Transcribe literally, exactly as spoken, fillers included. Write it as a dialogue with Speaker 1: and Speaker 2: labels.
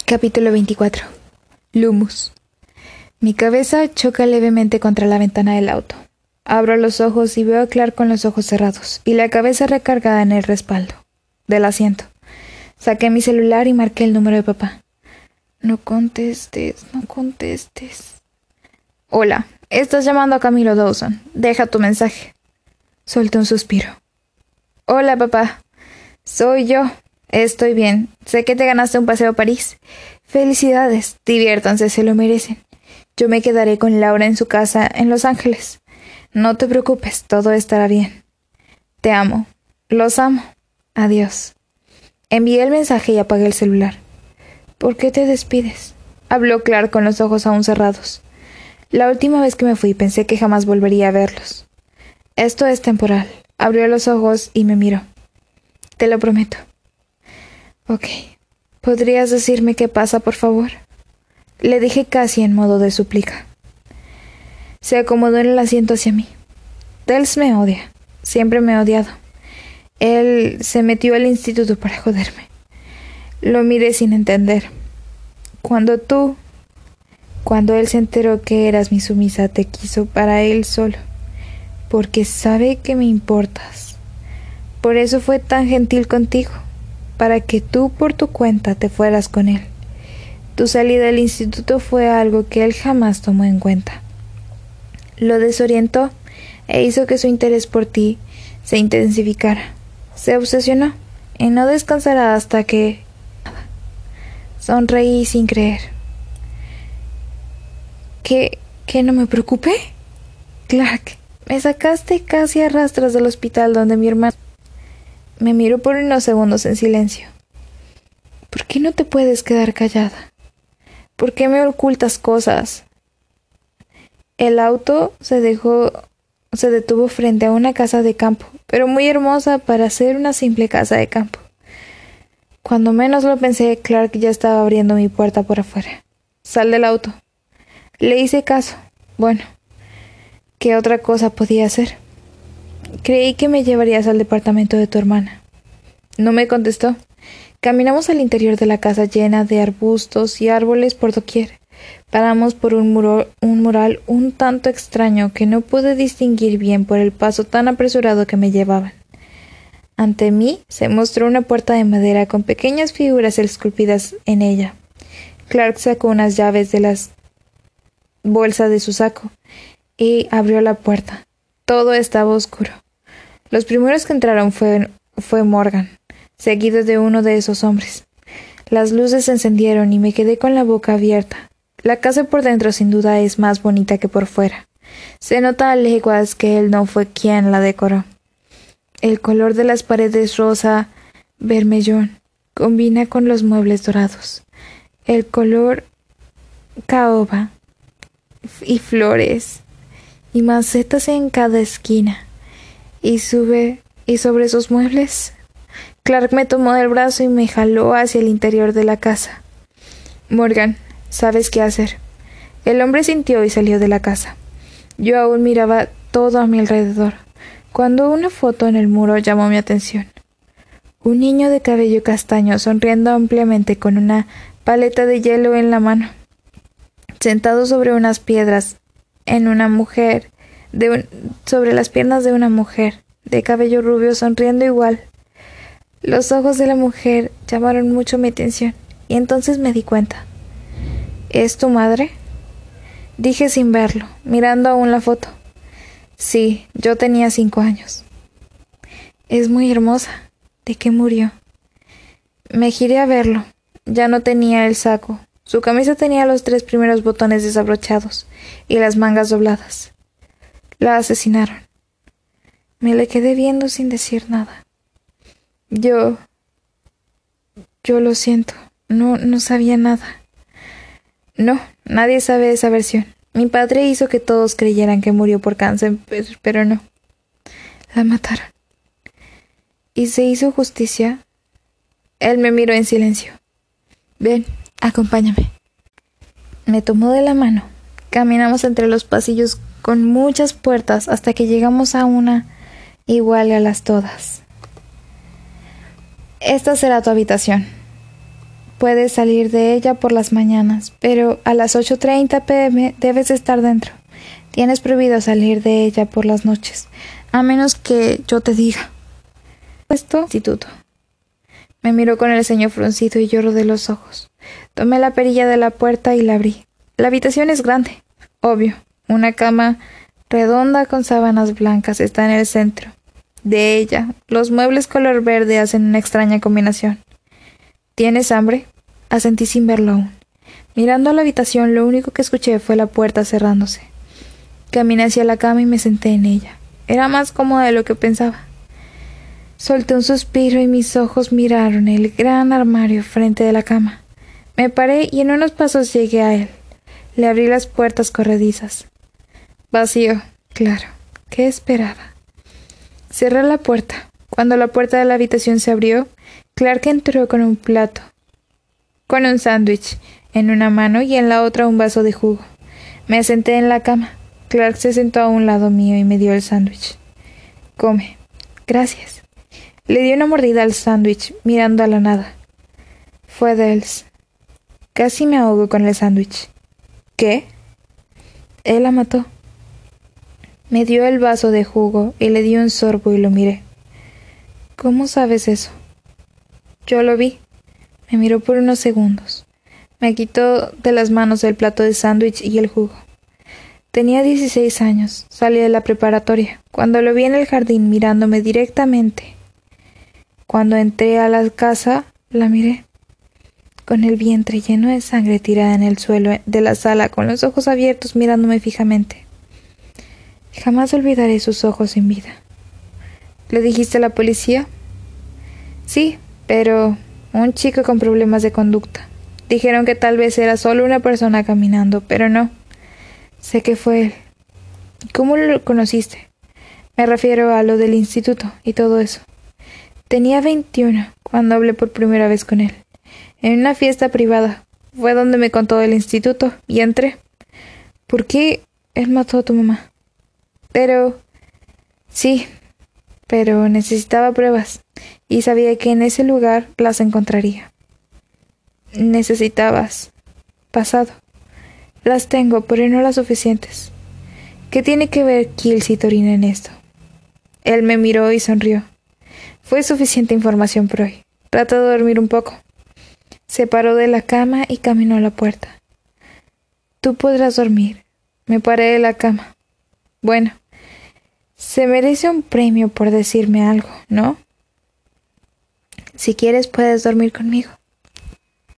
Speaker 1: Capítulo veinticuatro. Lumus. Mi cabeza choca levemente contra la ventana del auto. Abro los ojos y veo a Clark con los ojos cerrados y la cabeza recargada en el respaldo del asiento. Saqué mi celular y marqué el número de papá. No contestes, no contestes. Hola, estás llamando a Camilo Dawson. Deja tu mensaje. Solté un suspiro. Hola, papá. Soy yo. Estoy bien. Sé que te ganaste un paseo a París. Felicidades. Diviértanse, se lo merecen. Yo me quedaré con Laura en su casa en Los Ángeles. No te preocupes, todo estará bien. Te amo. Los amo. Adiós. Envié el mensaje y apagué el celular. ¿Por qué te despides? Habló Clark con los ojos aún cerrados. La última vez que me fui pensé que jamás volvería a verlos. Esto es temporal. Abrió los ojos y me miró. Te lo prometo. Ok. ¿Podrías decirme qué pasa, por favor? Le dije casi en modo de súplica. Se acomodó en el asiento hacia mí. Dels me odia. Siempre me ha odiado. Él se metió al instituto para joderme. Lo miré sin entender. Cuando tú... Cuando él se enteró que eras mi sumisa, te quiso para él solo. Porque sabe que me importas. Por eso fue tan gentil contigo. Para que tú por tu cuenta te fueras con él. Tu salida del instituto fue algo que él jamás tomó en cuenta. Lo desorientó e hizo que su interés por ti se intensificara. Se obsesionó y no descansará hasta que... Sonreí sin creer. ¿Que, que no me preocupé? Clark, me sacaste casi a rastras del hospital donde mi hermano... Me miró por unos segundos en silencio. ¿Por qué no te puedes quedar callada? ¿Por qué me ocultas cosas? El auto se dejó, se detuvo frente a una casa de campo, pero muy hermosa para ser una simple casa de campo. Cuando menos lo pensé, Clark ya estaba abriendo mi puerta por afuera. Sal del auto. Le hice caso. Bueno, ¿qué otra cosa podía hacer? Creí que me llevarías al departamento de tu hermana. No me contestó. Caminamos al interior de la casa llena de arbustos y árboles por doquier. Paramos por un, muro, un mural un tanto extraño que no pude distinguir bien por el paso tan apresurado que me llevaban. Ante mí se mostró una puerta de madera con pequeñas figuras esculpidas en ella. Clark sacó unas llaves de las bolsas de su saco y abrió la puerta. Todo estaba oscuro. Los primeros que entraron fue, fue Morgan, seguido de uno de esos hombres. Las luces se encendieron y me quedé con la boca abierta. La casa por dentro sin duda es más bonita que por fuera. Se nota a leguas que él no fue quien la decoró. El color de las paredes rosa vermellón combina con los muebles dorados. El color caoba y flores y macetas en cada esquina. Y sube, y sobre esos muebles, Clark me tomó del brazo y me jaló hacia el interior de la casa. Morgan, ¿sabes qué hacer? El hombre sintió y salió de la casa. Yo aún miraba todo a mi alrededor, cuando una foto en el muro llamó mi atención. Un niño de cabello castaño sonriendo ampliamente con una paleta de hielo en la mano, sentado sobre unas piedras en una mujer, de un, sobre las piernas de una mujer, de cabello rubio sonriendo igual. Los ojos de la mujer llamaron mucho mi atención, y entonces me di cuenta. ¿Es tu madre? Dije sin verlo, mirando aún la foto. Sí, yo tenía cinco años. Es muy hermosa. ¿De qué murió? Me giré a verlo. Ya no tenía el saco. Su camisa tenía los tres primeros botones desabrochados y las mangas dobladas. La asesinaron. Me le quedé viendo sin decir nada. Yo... Yo lo siento. No, no sabía nada. No, nadie sabe esa versión. Mi padre hizo que todos creyeran que murió por cáncer, pero no. La mataron. ¿Y se hizo justicia? Él me miró en silencio. Ven, acompáñame. Me tomó de la mano. Caminamos entre los pasillos con muchas puertas hasta que llegamos a una igual a las todas. Esta será tu habitación. puedes salir de ella por las mañanas, pero a las ocho treinta p m debes estar dentro. Tienes prohibido salir de ella por las noches, a menos que yo te diga. Esto, instituto. Me miró con el ceño fruncido y yo rodé los ojos. Tomé la perilla de la puerta y la abrí. La habitación es grande, obvio. Una cama redonda con sábanas blancas está en el centro. De ella, los muebles color verde hacen una extraña combinación. ¿Tienes hambre? Asentí sin verlo aún. Mirando a la habitación, lo único que escuché fue la puerta cerrándose. Caminé hacia la cama y me senté en ella. Era más cómoda de lo que pensaba. Solté un suspiro y mis ojos miraron el gran armario frente de la cama. Me paré y en unos pasos llegué a él. Le abrí las puertas corredizas. Vacío, claro. ¿Qué esperaba? Cerré la puerta. Cuando la puerta de la habitación se abrió, Clark entró con un plato, con un sándwich en una mano y en la otra un vaso de jugo. Me senté en la cama. Clark se sentó a un lado mío y me dio el sándwich. Come. Gracias. Le di una mordida al sándwich, mirando a la nada. Fue Dels. Casi me ahogo con el sándwich. ¿Qué? Él la mató. Me dio el vaso de jugo y le di un sorbo y lo miré. ¿Cómo sabes eso? Yo lo vi. Me miró por unos segundos. Me quitó de las manos el plato de sándwich y el jugo. Tenía dieciséis años. Salí de la preparatoria. Cuando lo vi en el jardín mirándome directamente. Cuando entré a la casa, la miré. Con el vientre lleno de sangre tirada en el suelo de la sala, con los ojos abiertos mirándome fijamente. Jamás olvidaré sus ojos sin vida. ¿Le dijiste a la policía? Sí, pero un chico con problemas de conducta. Dijeron que tal vez era solo una persona caminando, pero no. Sé que fue él. ¿Cómo lo conociste? Me refiero a lo del instituto y todo eso. Tenía veintiuno cuando hablé por primera vez con él. En una fiesta privada. Fue donde me contó del instituto y entré. ¿Por qué él mató a tu mamá? Pero... sí, pero necesitaba pruebas y sabía que en ese lugar las encontraría. Necesitabas pasado. Las tengo, pero no las suficientes. ¿Qué tiene que ver Kills y Torina en esto? Él me miró y sonrió. Fue suficiente información por hoy. Trata de dormir un poco. Se paró de la cama y caminó a la puerta. Tú podrás dormir. Me paré de la cama. Bueno, se merece un premio por decirme algo, ¿no? Si quieres, puedes dormir conmigo.